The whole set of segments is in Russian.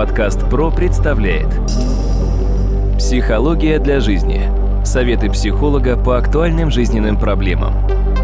Подкаст ПРО представляет «Психология для жизни». Советы психолога по актуальным жизненным проблемам.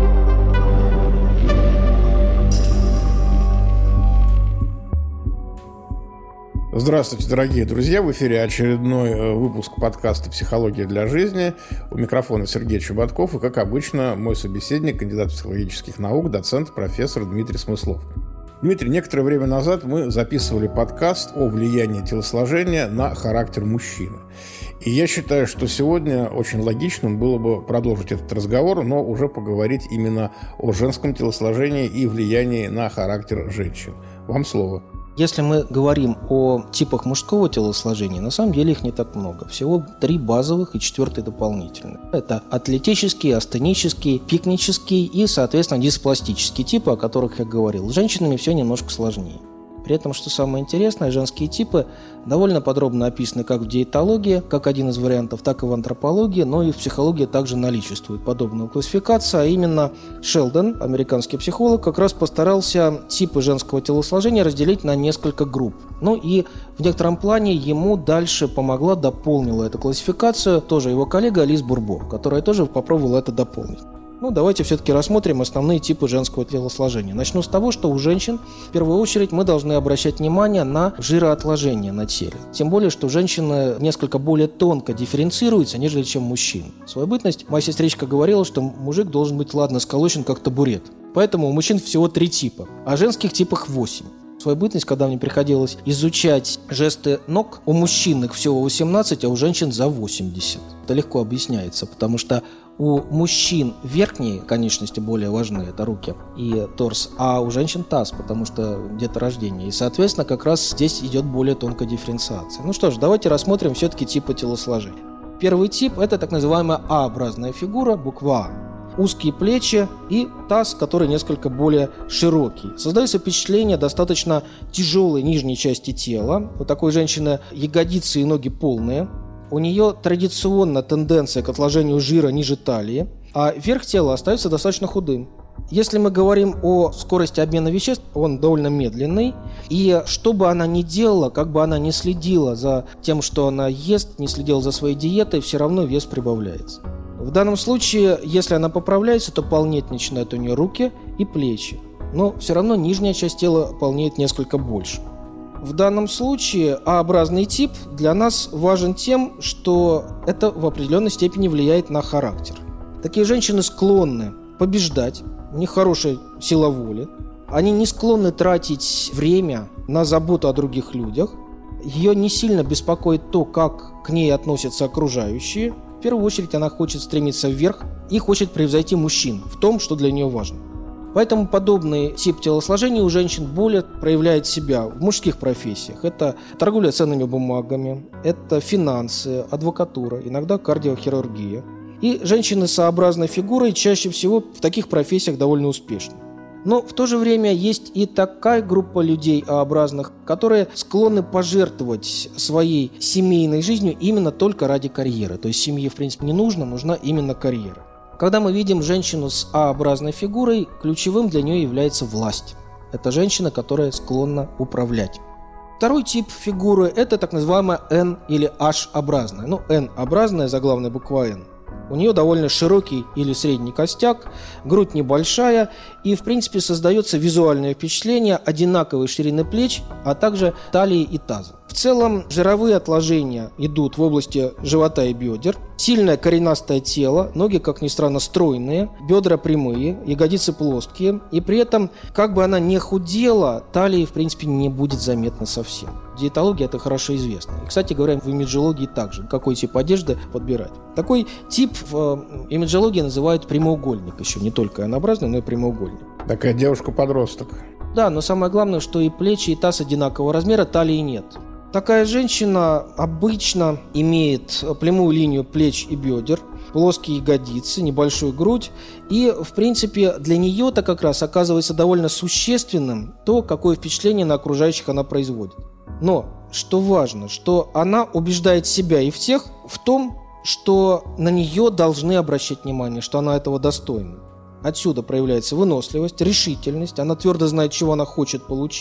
Здравствуйте, дорогие друзья! В эфире очередной выпуск подкаста «Психология для жизни». У микрофона Сергей Чеботков и, как обычно, мой собеседник, кандидат психологических наук, доцент, профессор Дмитрий Смыслов. Дмитрий, некоторое время назад мы записывали подкаст о влиянии телосложения на характер мужчины. И я считаю, что сегодня очень логичным было бы продолжить этот разговор, но уже поговорить именно о женском телосложении и влиянии на характер женщин. Вам слово. Если мы говорим о типах мужского телосложения, на самом деле их не так много. Всего 3 базовых и 4 дополнительный. Это атлетический, астенический, пикнический и, соответственно, диспластический типы, о которых я говорил. С женщинами все немножко сложнее. При этом, что самое интересное, женские типы довольно подробно описаны как в диетологии, как один из вариантов, так и в антропологии, но и в психологии также наличествует подобная классификация, а именно Шелдон, американский психолог, как раз постарался типы женского телосложения разделить на несколько групп. Ну и в некотором плане ему дальше помогла, дополнила эту классификацию тоже его коллега Алис Бурбо, которая тоже попробовала это дополнить. Давайте все-таки рассмотрим основные типы женского телосложения. Начну с того, что у женщин в первую очередь мы должны обращать внимание на жироотложение на теле. Тем более, что женщины несколько более тонко дифференцируются, нежели чем мужчины. В свою бытность моя сестричка говорила, что мужик должен быть ладно сколочен, как табурет. Поэтому у мужчин всего 3 типа, а женских типах 8. В свою бытность, когда мне приходилось изучать жесты ног, у мужчин их всего 18, а у женщин за 80. Это легко объясняется, потому что у мужчин верхние конечности более важны, это руки и торс, а у женщин таз, потому что деторождение. И, соответственно, как раз здесь идет более тонкая дифференциация. Ну что ж, давайте рассмотрим все-таки типы телосложения. Первый тип – это так называемая А-образная фигура, буква А. Узкие плечи и таз, который несколько более широкий. Создается впечатление достаточно тяжелой нижней части тела. У такой женщины ягодицы и ноги полные. У нее традиционно тенденция к отложению жира ниже талии, а верх тела остается достаточно худым. Если мы говорим о скорости обмена веществ, он довольно медленный. И что бы она ни делала, как бы она ни следила за тем, что она ест, не следила за своей диетой, все равно вес прибавляется. В данном случае, если она поправляется, то полнеть начинают у нее руки и плечи. Но все равно нижняя часть тела полнеет несколько больше. В данном случае А-образный тип для нас важен тем, что это в определенной степени влияет на характер. Такие женщины склонны побеждать, у них хорошая сила воли, они не склонны тратить время на заботу о других людях, ее не сильно беспокоит то, как к ней относятся окружающие. В первую очередь она хочет стремиться вверх и хочет превзойти мужчин в том, что для нее важно. Поэтому подобный тип телосложения у женщин более проявляет себя в мужских профессиях. Это торговля ценными бумагами, это финансы, адвокатура, иногда кардиохирургия. И женщины с А-образной фигурой чаще всего в таких профессиях довольно успешны. Но в то же время есть и такая группа людей А-образных, которые склонны пожертвовать своей семейной жизнью именно только ради карьеры. То есть семье, в принципе, не нужна именно карьера. Когда мы видим женщину с А-образной фигурой, ключевым для нее является власть. Это женщина, которая склонна управлять. Второй тип фигуры – это так называемая N или H-образная. N-образная, заглавная буква N. У нее довольно широкий или средний костяк, грудь небольшая, и, в принципе, создается визуальное впечатление одинаковой ширины плеч, а также талии и таза. В целом, жировые отложения идут в области живота и бедер. Сильное коренастое тело, ноги, как ни странно, стройные, бедра прямые, ягодицы плоские. И при этом, как бы она ни худела, талии, в принципе, не будет заметно совсем. В диетологии это хорошо известно. И, кстати говоря, в имиджологии также, какой тип одежды подбирать. Такой тип в имиджологии называют прямоугольник еще. Не только N-образный, но и прямоугольник. Такая девушка-подросток. Да, но самое главное, что и плечи, и таз одинакового размера, талии нет. Такая женщина обычно имеет прямую линию плеч и бедер, плоские ягодицы, небольшую грудь. И, в принципе, для нее-то как раз оказывается довольно существенным то, какое впечатление на окружающих она производит. Но, что важно, что она убеждает себя и всех в том, что на нее должны обращать внимание, что она этого достойна. Отсюда проявляется выносливость, решительность, она твердо знает, чего она хочет получить,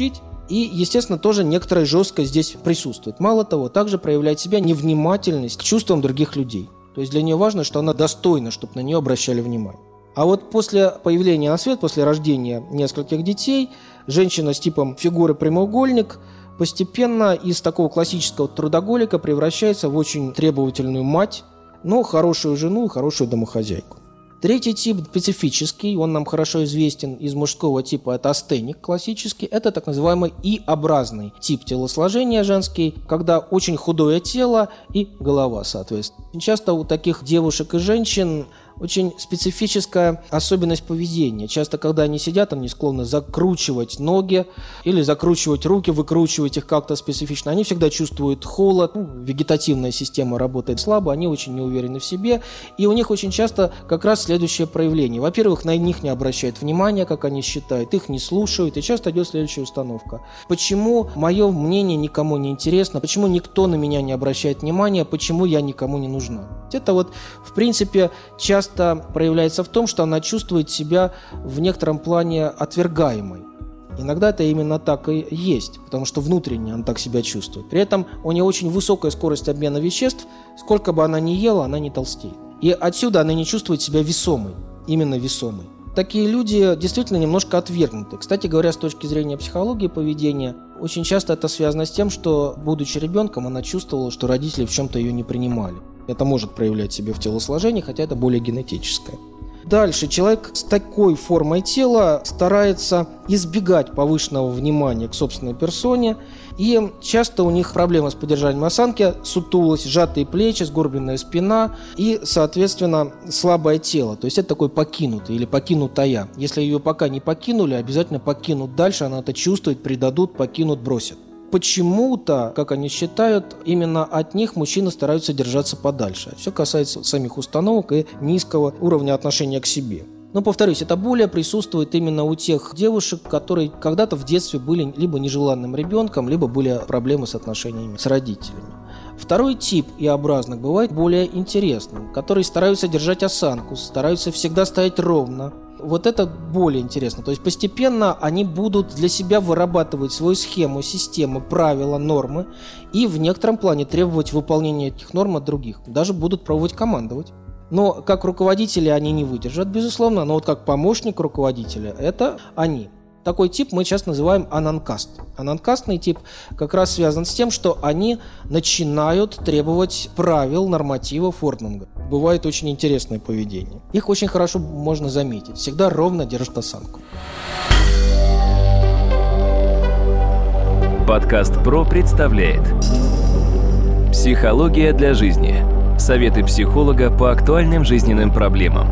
И, естественно, тоже некоторая жесткость здесь присутствует. Мало того, также проявляет себя невнимательность к чувствам других людей. То есть для нее важно, что она достойна, чтобы на нее обращали внимание. А вот после появления на свет, после рождения нескольких детей, женщина с типом фигуры прямоугольник постепенно из такого классического трудоголика превращается в очень требовательную мать, но хорошую жену и хорошую домохозяйку. Третий тип специфический, он нам хорошо известен из мужского типа, это астеник классический, это так называемый И-образный тип телосложения женский, когда очень худое тело и голова, соответственно. Часто у таких девушек и женщин очень специфическая особенность поведения. Часто, когда они сидят, они склонны закручивать ноги или закручивать руки, выкручивать их как-то специфично. Они всегда чувствуют холод, вегетативная система работает слабо, они очень не уверены в себе, и у них очень часто как раз следующее проявление. Во-первых, на них не обращают внимания, как они считают, их не слушают, и часто идет следующая установка. Почему мое мнение никому не интересно, почему никто на меня не обращает внимания, почему я никому не нужна? Это вот, в принципе, часто проявляется в том, что она чувствует себя в некотором плане отвергаемой. Иногда это именно так и есть, потому что внутренне она так себя чувствует. При этом у нее очень высокая скорость обмена веществ, сколько бы она ни ела, она не толстеет. И отсюда она не чувствует себя весомой, именно весомой. Такие люди действительно немножко отвергнуты. Кстати говоря, с точки зрения психологии поведения, очень часто это связано с тем, что, будучи ребенком, она чувствовала, что родители в чем-то ее не принимали. Это может проявлять себя в телосложении, хотя это более генетическое. Дальше. Человек с такой формой тела старается избегать повышенного внимания к собственной персоне, и часто у них проблемы с поддержанием осанки, сутулость, сжатые плечи, сгорбленная спина и, соответственно, слабое тело. То есть это такой покинутый или покинутая. Если ее пока не покинули, обязательно покинут дальше, она это чувствует, предадут, покинут, бросят. Почему-то, как они считают, именно от них мужчины стараются держаться подальше. Все касается самих установок и низкого уровня отношения к себе. Но, повторюсь, эта боль присутствует именно у тех девушек, которые когда-то в детстве были либо нежеланным ребенком, либо были проблемы с отношениями с родителями. Второй тип И-образных бывает более интересным, которые стараются держать осанку, стараются всегда стоять ровно. Вот это более интересно. То есть постепенно они будут для себя вырабатывать свою схему, систему, правила, нормы и в некотором плане требовать выполнения этих норм от других. Даже будут пробовать командовать. Но как руководители они не выдержат, безусловно, но вот как помощник руководителя это они. Такой тип мы сейчас называем ананкаст. Ананкастный тип как раз связан с тем, что они начинают требовать правил, нормативов Орднунга. Бывает очень интересное поведение. Их очень хорошо можно заметить. Всегда ровно держат осанку. Подкаст ПРО представляет «Психология для жизни». Советы психолога по актуальным жизненным проблемам.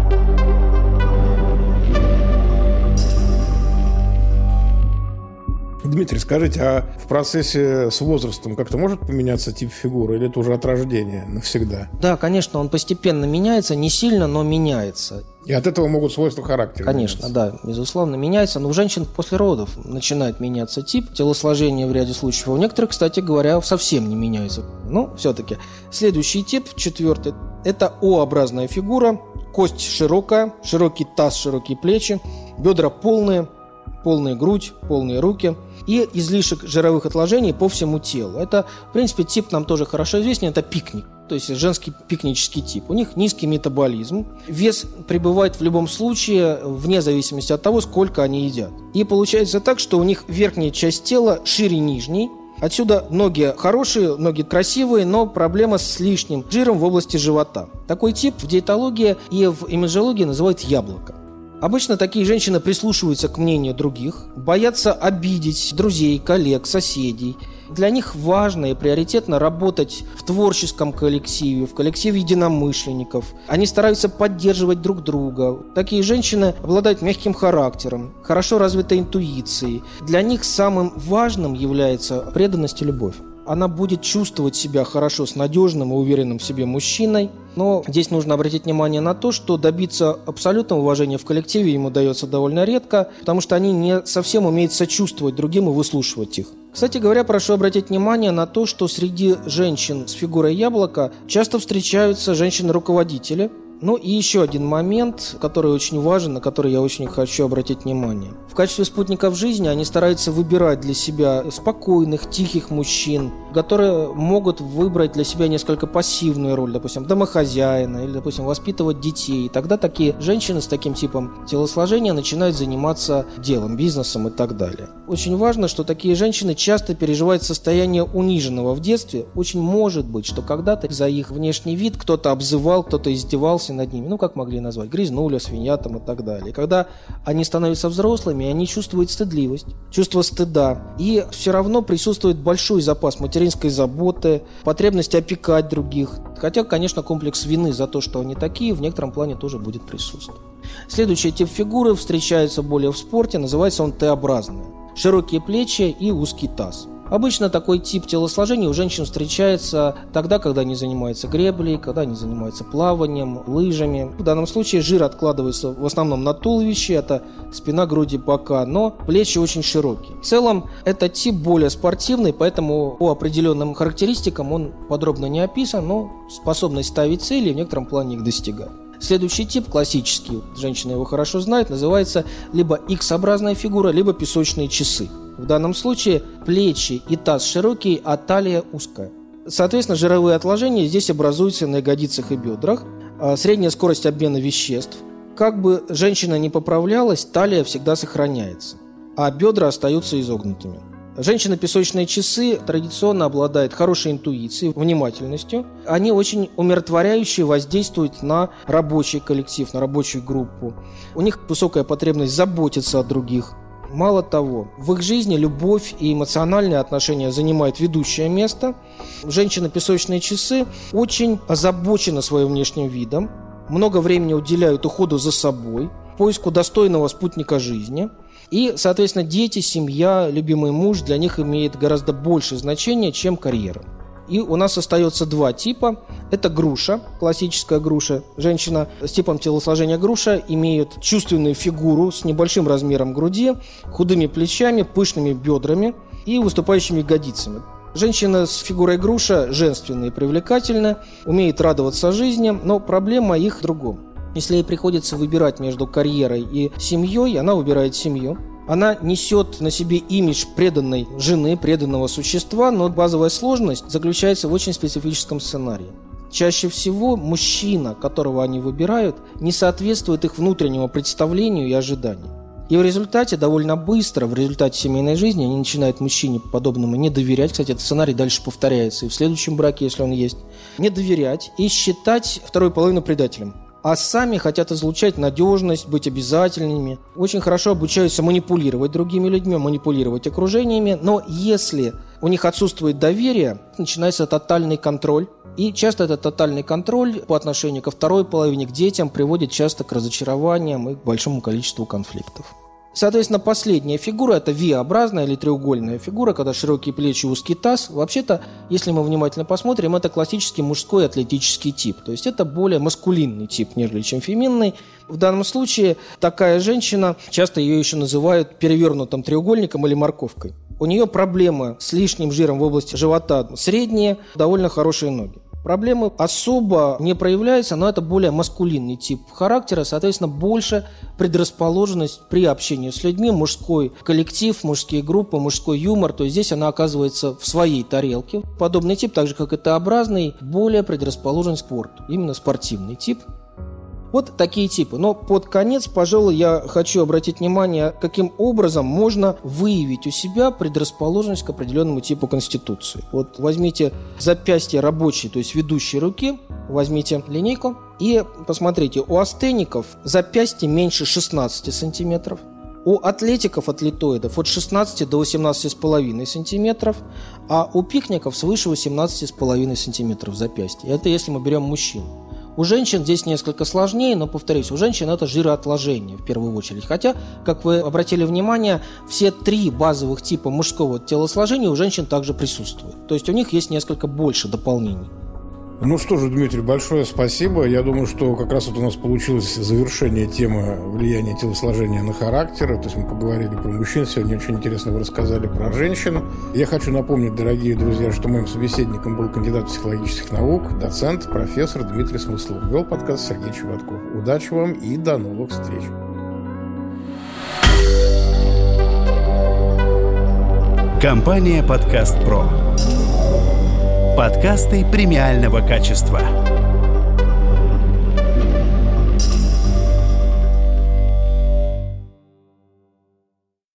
Дмитрий, скажите, а в процессе с возрастом как-то может поменяться тип фигуры, или это уже от рождения навсегда? Да, конечно, он постепенно меняется, не сильно, но меняется. И от этого могут свойства характера Конечно, меняться? Да, безусловно, меняется. Но у женщин после родов начинает меняться тип телосложения в ряде случаев. А у некоторых, кстати говоря, совсем не меняется. Но все-таки. Следующий тип, четвертый, это О-образная фигура. Кость широкая, широкий таз, широкие плечи, бедра полные, полная грудь, полные руки и излишек жировых отложений по всему телу. Это, в принципе, тип нам тоже хорошо известен, это пикник, то есть женский пикнический тип. У них низкий метаболизм, вес пребывает в любом случае вне зависимости от того, сколько они едят. И получается так, что у них верхняя часть тела шире нижней. Отсюда ноги хорошие, ноги красивые, но проблема с лишним жиром в области живота. Такой тип в диетологии и в имиджологии называют яблоко. Обычно такие женщины прислушиваются к мнению других, боятся обидеть друзей, коллег, соседей. Для них важно и приоритетно работать в творческом коллективе, в коллективе единомышленников. Они стараются поддерживать друг друга. Такие женщины обладают мягким характером, хорошо развитой интуицией. Для них самым важным является преданность и любовь. Она будет чувствовать себя хорошо с надежным и уверенным в себе мужчиной. Но здесь нужно обратить внимание на то, что добиться абсолютного уважения в коллективе им удается довольно редко, потому что они не совсем умеют сочувствовать другим и выслушивать их. Кстати говоря, прошу обратить внимание на то, что среди женщин с фигурой яблока часто встречаются женщины-руководители, Ну и еще один момент, который очень важен, на который я очень хочу обратить внимание. В качестве спутников жизни они стараются выбирать для себя спокойных, тихих мужчин, которые могут выбрать для себя несколько пассивную роль, допустим, домохозяина или, допустим, воспитывать детей. И тогда такие женщины с таким типом телосложения начинают заниматься делом, бизнесом и так далее. Очень важно, что такие женщины часто переживают состояние униженного в детстве. Очень может быть, что когда-то за их внешний вид кто-то обзывал, кто-то издевался над ними, как могли назвать, грязнуля, свинья там и так далее. И когда они становятся взрослыми, они чувствуют стыдливость, чувство стыда. И все равно присутствует большой запас материнской заботы, потребность опекать других. Хотя, конечно, комплекс вины за то, что они такие, в некотором плане тоже будет присутствовать. Следующий тип фигуры встречается более в спорте, называется он Т-образный. Широкие плечи и узкий таз. Обычно такой тип телосложения у женщин встречается тогда, когда они занимаются греблей, когда они занимаются плаванием, лыжами. В данном случае жир откладывается в основном на туловище, это спина, груди, бока, но плечи очень широкие. В целом, этот тип более спортивный, поэтому по определенным характеристикам он подробно не описан, но способность ставить цели и в некотором плане их достигать. Следующий тип, классический, женщины его хорошо знают, называется либо X-образная фигура, либо песочные часы. В данном случае плечи и таз широкие, а талия узкая. Соответственно, жировые отложения здесь образуются на ягодицах и бедрах. Средняя скорость обмена веществ. Как бы женщина ни поправлялась, талия всегда сохраняется, а бедра остаются изогнутыми. Женщины-песочные часы традиционно обладают хорошей интуицией, внимательностью. Они очень умиротворяюще воздействуют на рабочий коллектив, на рабочую группу. У них высокая потребность заботиться о других. Мало того, в их жизни любовь и эмоциональные отношения занимают ведущее место. Женщины-песочные часы очень озабочены своим внешним видом, много времени уделяют уходу за собой, поиску достойного спутника жизни. И, соответственно, дети, семья, любимый муж для них имеет гораздо большее значение, чем карьера. И у нас остается два типа. Это груша, классическая груша. Женщина с типом телосложения груша имеет чувственную фигуру с небольшим размером груди, худыми плечами, пышными бедрами и выступающими ягодицами. Женщина с фигурой груша женственная и привлекательная, умеет радоваться жизни, но проблема их в другом. Если ей приходится выбирать между карьерой и семьей, она выбирает семью. Она несет на себе имидж преданной жены, преданного существа, но базовая сложность заключается в очень специфическом сценарии. Чаще всего мужчина, которого они выбирают, не соответствует их внутреннему представлению и ожиданиям. И в результате, довольно быстро, в результате семейной жизни, они начинают мужчине подобному не доверять. Кстати, этот сценарий дальше повторяется и в следующем браке, если он есть. Не доверять и считать вторую половину предателем. А сами хотят излучать надежность, быть обязательными. Очень хорошо обучаются манипулировать другими людьми, манипулировать окружениями. Но если у них отсутствует доверие, начинается тотальный контроль. И часто этот тотальный контроль по отношению ко второй половине, к детям, приводит часто к разочарованиям и к большому количеству конфликтов. Соответственно, последняя фигура – это V-образная или треугольная фигура, когда широкие плечи, узкий таз. Вообще-то, если мы внимательно посмотрим, это классический мужской атлетический тип. То есть это более маскулинный тип, нежели чем феминный. В данном случае такая женщина, часто ее еще называют перевернутым треугольником или морковкой. У нее проблемы с лишним жиром в области живота средние, довольно хорошие ноги. Проблемы особо не проявляются, но это более маскулинный тип характера, соответственно, больше предрасположенность при общении с людьми, мужской коллектив, мужские группы, мужской юмор, то есть здесь она оказывается в своей тарелке. Подобный тип, так же как и Т-образный, более предрасположен к спорту, именно спортивный тип. Вот такие типы. Но под конец, пожалуй, я хочу обратить внимание, каким образом можно выявить у себя предрасположенность к определенному типу конституции. Вот возьмите запястье рабочей, то есть ведущей руки, возьмите линейку и посмотрите, у астеников запястье меньше 16 сантиметров, у атлетиков, атлетоидов от 16 до 18,5 сантиметров, а у пикников свыше 18,5 сантиметров запястья. Это если мы берем мужчин. У женщин здесь несколько сложнее, но, повторюсь, у женщин это жироотложение в первую очередь. Хотя, как вы обратили внимание, все три базовых типа мужского телосложения у женщин также присутствуют. То есть у них есть несколько больше дополнений. Ну что же, Дмитрий, большое спасибо. Я думаю, что как раз вот у нас получилось завершение темы влияния телосложения на характер. То есть мы поговорили про мужчин, сегодня очень интересно вы рассказали про женщин. Я хочу напомнить, дорогие друзья, что моим собеседником был кандидат психологических наук, доцент, профессор Дмитрий Смыслов. Вел подкаст Сергей Чеботков. Удачи вам и до новых встреч. Компания «Подкаст Про». Подкасты премиального качества.